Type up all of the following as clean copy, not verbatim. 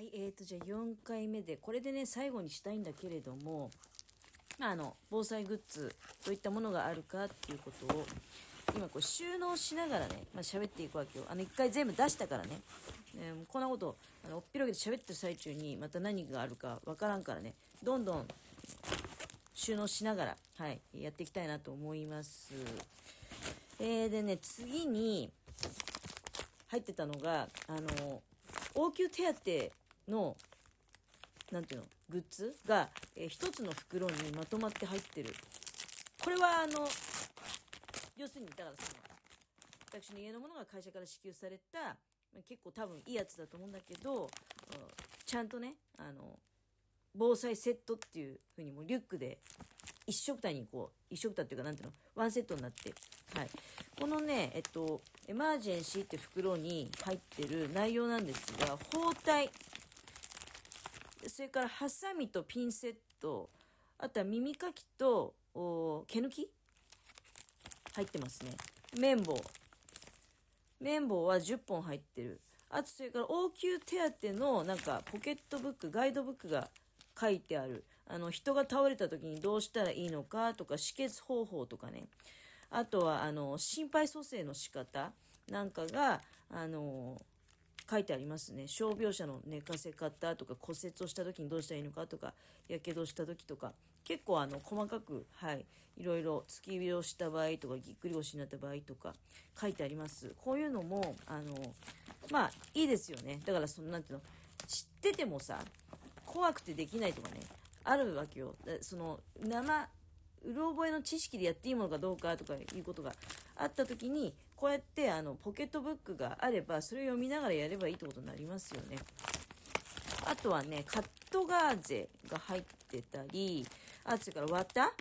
、じゃあ4回目で、これでね、最後にしたいんだけれども、防災グッズ、どういったものがあるかっていうことを、今こう収納しながらね、喋っていくわけよ。一回全部出したからね。こんなこと、おっぴろげて喋ってる最中に、また何があるかわからんからね、どんどん収納しながら、はい、やっていきたいなと思います。でね、次に入ってたのが、応急手当の、なんていうの、グッズが、一つの袋にまとまって入ってる。これは、要するに、だから私の家のものが会社から支給された、結構多分いいやつだと思うんだけど、ちゃんとね、防災セットっていう風にもうリュックで一緒くたに一緒くたっていうかなんていうの、ワンセットになって、はい。このね、エマージェンシーって袋に入ってる内容なんですが、包帯、それからハサミとピンセット、あとは耳かきと毛抜き入ってますね。綿棒。綿棒は10本入ってる。あとそれから応急手当のなんかポケットブック、ガイドブックが書いてある。人が倒れた時にどうしたらいいのかとか、止血方法とかね。あとは心肺蘇生の仕方なんかが書いてありますね。傷病者の寝かせ方とか、骨折をした時にどうしたらいいのかとか、やけどをした時とか、結構細かく、はい、いろいろ突き火をした場合とか、ぎっくり腰になった場合とか書いてあります。こういうのもいいですよね。だからなんていうの、知っててもさ、怖くてできないとかね、あるわけよ。うろ覚えの知識でやっていいものかどうかとかいうことがあった時に、こうやってポケットブックがあれば、それを読みながらやればいいってことになりますよね。あとはね、カットガーゼが入ってたり、それから綿、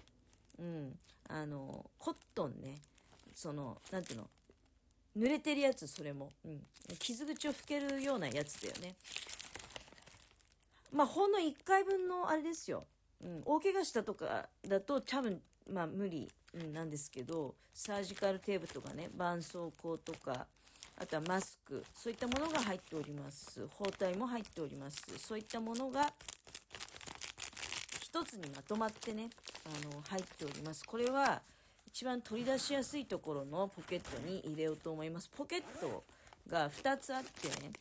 コットンね、なんていうの、濡れてるやつ、それも、傷口を拭けるようなやつだよね。ほんの1回分のあれですよ。大怪我したとかだと多分、無理、なんですけど、サージカルテープとかね、絆創膏とか、あとはマスク、そういったものが入っております。包帯も入っております。そういったものが一つにまとまってね、入っております。これは一番取り出しやすいところのポケットに入れようと思います。ポケットが2つあってね、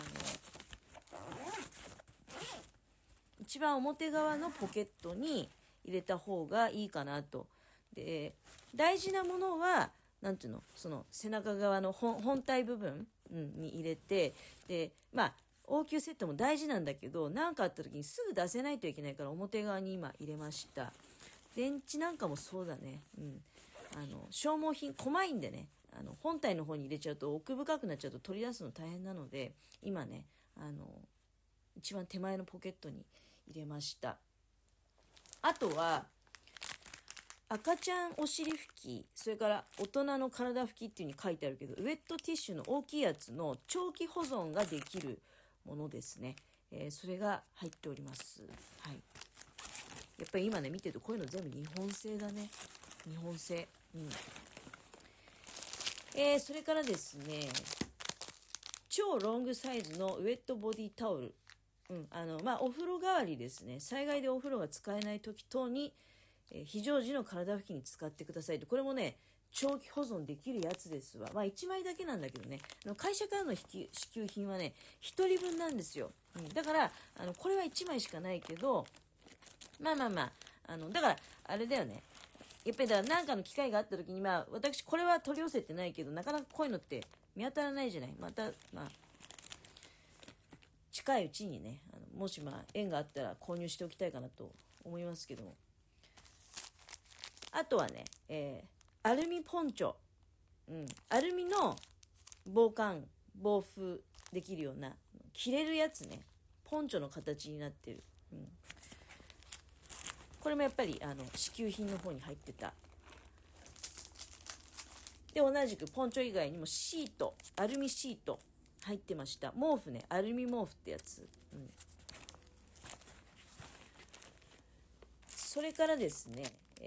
一番表側のポケットに入れた方がいいかなと。で、大事なものは、なんていうの、その背中側の本体部分、に入れて、で、応急セットも大事なんだけど、何かあった時にすぐ出せないといけないから表側に今入れました。電池なんかもそうだね。消耗品、細いんでね、本体の方に入れちゃうと奥深くなっちゃうと取り出すの大変なので、今ね、一番手前のポケットに入れました。あとは赤ちゃんお尻拭き、それから大人の体拭きっていう風に書いてあるけど、ウェットティッシュの大きいやつの長期保存ができるものですね。それが入っております。はい。やっぱり今ね見てるとこういうの全部日本製だね。日本製。それからですね、超ロングサイズのウェットボディタオル。お風呂代わりですね。災害でお風呂が使えない時等に、非常時の体拭きに使ってくださいと。これもね、長期保存できるやつですわ。1枚だけなんだけどね、会社からの支給品はね、1人分なんですよ。だから、これは1枚しかないけど、だから、あれだよね。やっぱりだから何かの機会があった時に、私これは取り寄せてないけど、なかなかこういうのって見当たらないじゃない。近いうちにね、もし縁があったら購入しておきたいかなと思いますけども。あとはね、アルミポンチョ、アルミの防風できるような着れるやつね、ポンチョの形になってる、これもやっぱり支給品の方に入ってた。で、同じくポンチョ以外にもシート、アルミシート入ってました。毛布ね、アルミ毛布ってやつ、それからですね、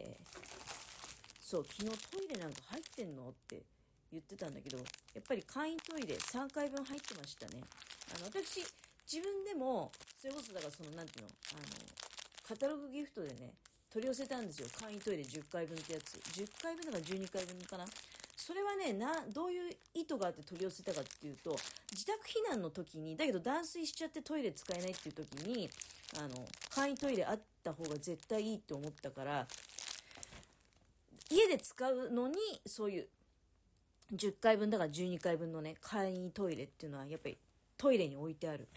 昨日トイレなんか入ってんのって言ってたんだけど、やっぱり簡易トイレ3回分入ってましたね。私自分でもそれこそだからそのなんていうのカタログギフトでね取り寄せたんですよ。簡易トイレ10回分ってやつ。10回分だから12回分かな。それはね、どういう意図があって取り寄せたかっていうと、自宅避難の時に、だけど断水しちゃってトイレ使えないっていう時に、簡易トイレあった方が絶対いいって思ったから、家で使うのに、そういう10回分だから12回分のね、簡易トイレっていうのはやっぱりトイレに置いてある。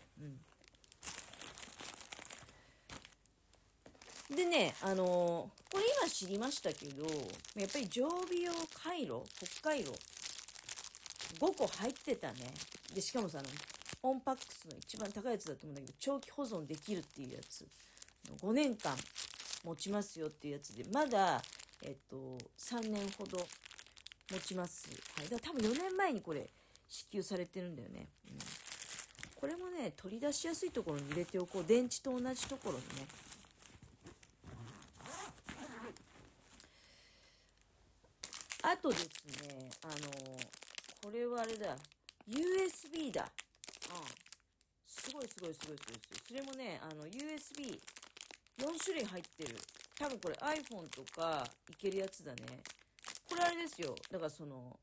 でね、これ今知りましたけど、やっぱり常備用カイロ、北海道5個入ってたね。で、しかもさ、オンパックスの一番高いやつだと思うんだけど、長期保存できるっていうやつ。5年間持ちますよっていうやつで、まだ、3年ほど持ちます。はい。だから多分4年前にこれ支給されてるんだよね。これもね、取り出しやすいところに入れておこう。電池と同じところにね。あとですね、これはあれだ。USB だ。すごいすごいすごいすごいすごい。それもね、USB4 種類入ってる。多分これ iPhone とかいけるやつだね。これあれですよ。だからその、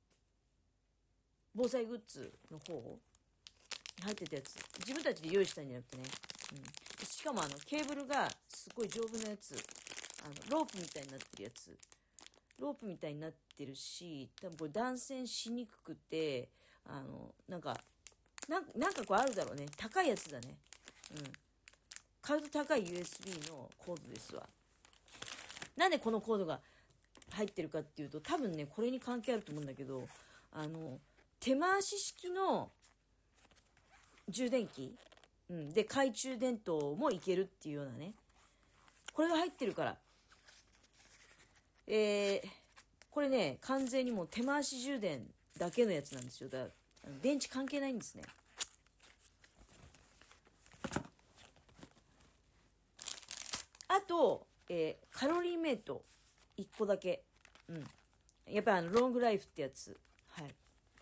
防災グッズの方に入ってたやつ。自分たちで用意したんじゃなくてね。しかもケーブルがすごい丈夫なやつ。ロープみたいになってるやつ。ロープみたいになってるし、多分これ断線しにくくて、なんかこうあるだろうね。高いやつだね。買うと高い USB のコードですわ。なんでこのコードが入ってるかっていうと、多分ね、これに関係あると思うんだけど、手回し式の充電器、で、懐中電灯もいけるっていうようなね。これが入ってるから。これね、完全にもう手回し充電だけのやつなんですよ。だから電池関係ないんですね。あと、カロリーメイト1個だけ。やっぱりロングライフってやつ。はい。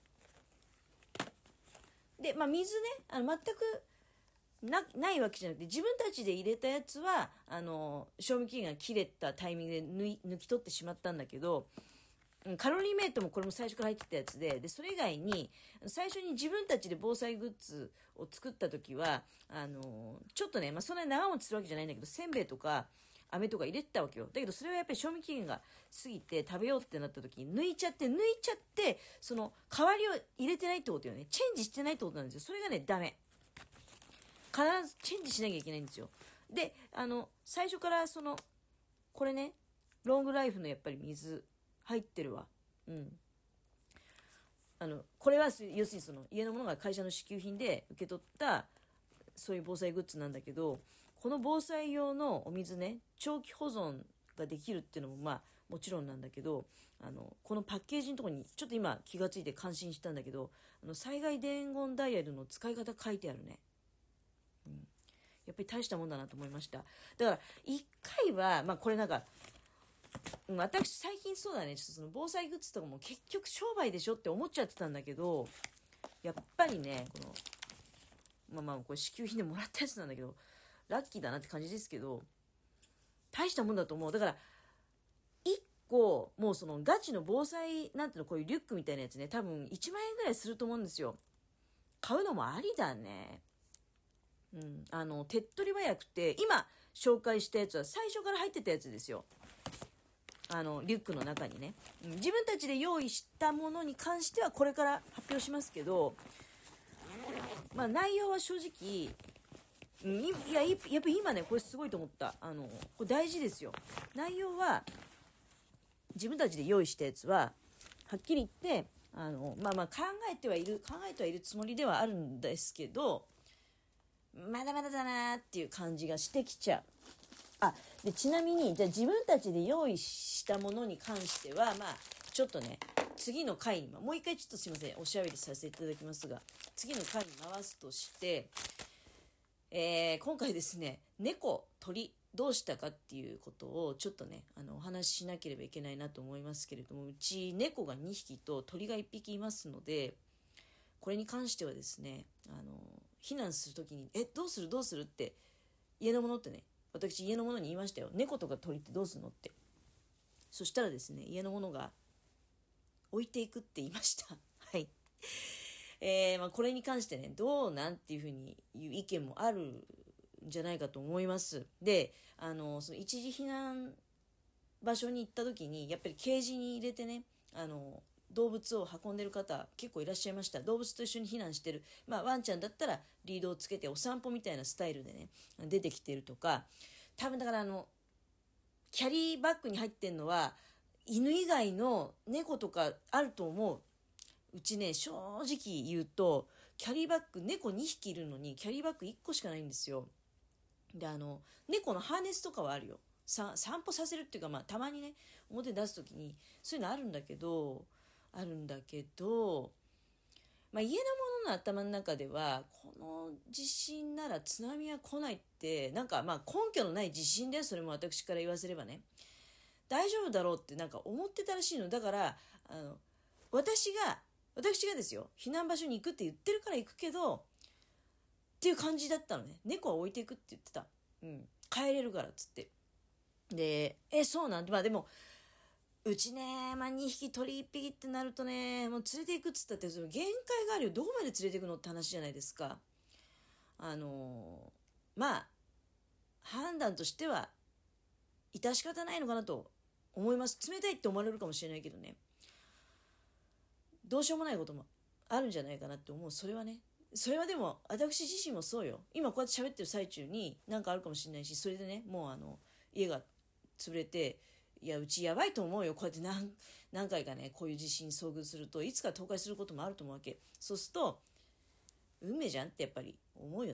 で、まあ水ね、全くないわけじゃなくて、自分たちで入れたやつは、賞味期限が切れたタイミングで抜き取ってしまったんだけど、カロリーメイトもこれも最初から入ってたやつで、それ以外に、最初に自分たちで防災グッズを作った時は、ちょっとね、まあ、そんなに長持ちするわけじゃないんだけど、せんべいとか、飴とか入れてたわけよ。だけどそれはやっぱり賞味期限が過ぎて食べようってなった時に抜いちゃって、その代わりを入れてないってことよね。チェンジしてないってことなんですよ。それがね、ダメ。必ずチェンジしなきゃいけないんですよ。で、最初からこれね、ロングライフのやっぱり水入ってるわ。これは要するに家のものが会社の支給品で受け取ったそういう防災グッズなんだけど、この防災用のお水ね、長期保存ができるっていうのもまあもちろんなんだけど、このパッケージのところにちょっと今気がついて感心したんだけど、災害伝言ダイヤルの使い方書いてあるね。やっぱり大したもんだなと思いました。だから一回はまあこれなんか、私最近そうだね、ちょっとその防災グッズとかも結局商売でしょって思っちゃってたんだけど、やっぱりね、これ支給品でもらったやつなんだけど、ラッキーだなって感じですけど、大したもんだと思う。だから、一個、もうそのガチの防災、なんていうの、こういうリュックみたいなやつね、多分1万円ぐらいすると思うんですよ。買うのもありだね。手っ取り早くて、今紹介したやつは最初から入ってたやつですよ。リュックの中にね。自分たちで用意したものに関してはこれから発表しますけど、まあ内容は正直、やっぱ今ね、これすごいと思った。これ大事ですよ。内容は、自分たちで用意したやつは、はっきり言って、考えてはいるつもりではあるんですけど、まだまだだなーっていう感じがしてきちゃう。で、ちなみに、じゃあ自分たちで用意したものに関しては、ちょっとね、次の回に、もう一回ちょっとすいません、おしゃべりさせていただきますが、次の回に回すとして、今回ですね、猫、鳥、どうしたかっていうことをちょっとね、お話ししなければいけないなと思いますけれども、うち猫が2匹と鳥が1匹いますので、これに関してはですね、 避難するときに、どうするどうするって、家のものってね、私家のものに言いましたよ。猫とか鳥ってどうするのって。そしたらですね、家のものが置いていくって言いました。はい。これに関してね、どうなんていうふうに言う意見もあるんじゃないかと思います。で、その一時避難場所に行った時に、やっぱりケージに入れてね、動物を運んでる方結構いらっしゃいました。動物と一緒に避難してる、ワンちゃんだったらリードをつけてお散歩みたいなスタイルでね出てきてるとか、多分だからキャリーバッグに入ってんのは犬以外の猫とかあると思う。うちね、正直言うとキャリーバッグ猫2匹いるのにキャリーバッグ1個しかないんですよ。で猫のハーネスとかはあるよ。散歩させるっていうか、たまにね表に出す時にそういうのあるんだけど、家のものの頭の中ではこの地震なら津波は来ないって、なんか根拠のない自信で、それも私から言わせればね、大丈夫だろうってなんか思ってたらしいの。だから私がですよ、避難場所に行くって言ってるから行くけどっていう感じだったのね。猫は置いていくって言ってた。帰れるからっつって。で、そうなんで、でもうちね、2匹鳥1匹ってなるとね、もう連れていくっつったってその限界があるよ。どこまで連れていくのって話じゃないですか。判断としては致し方ないのかなと思います。冷たいって思われるかもしれないけどね、どうしようもないこともあるんじゃないかなって思う。それはでも私自身もそうよ。今こうやって喋ってる最中に何かあるかもしれないし、それでね、もう家が潰れて、いやうちやばいと思うよ。こうやって何回かねこういう地震に遭遇するといつか倒壊することもあると思うわけ。そうすると運命じゃんってやっぱり思うよ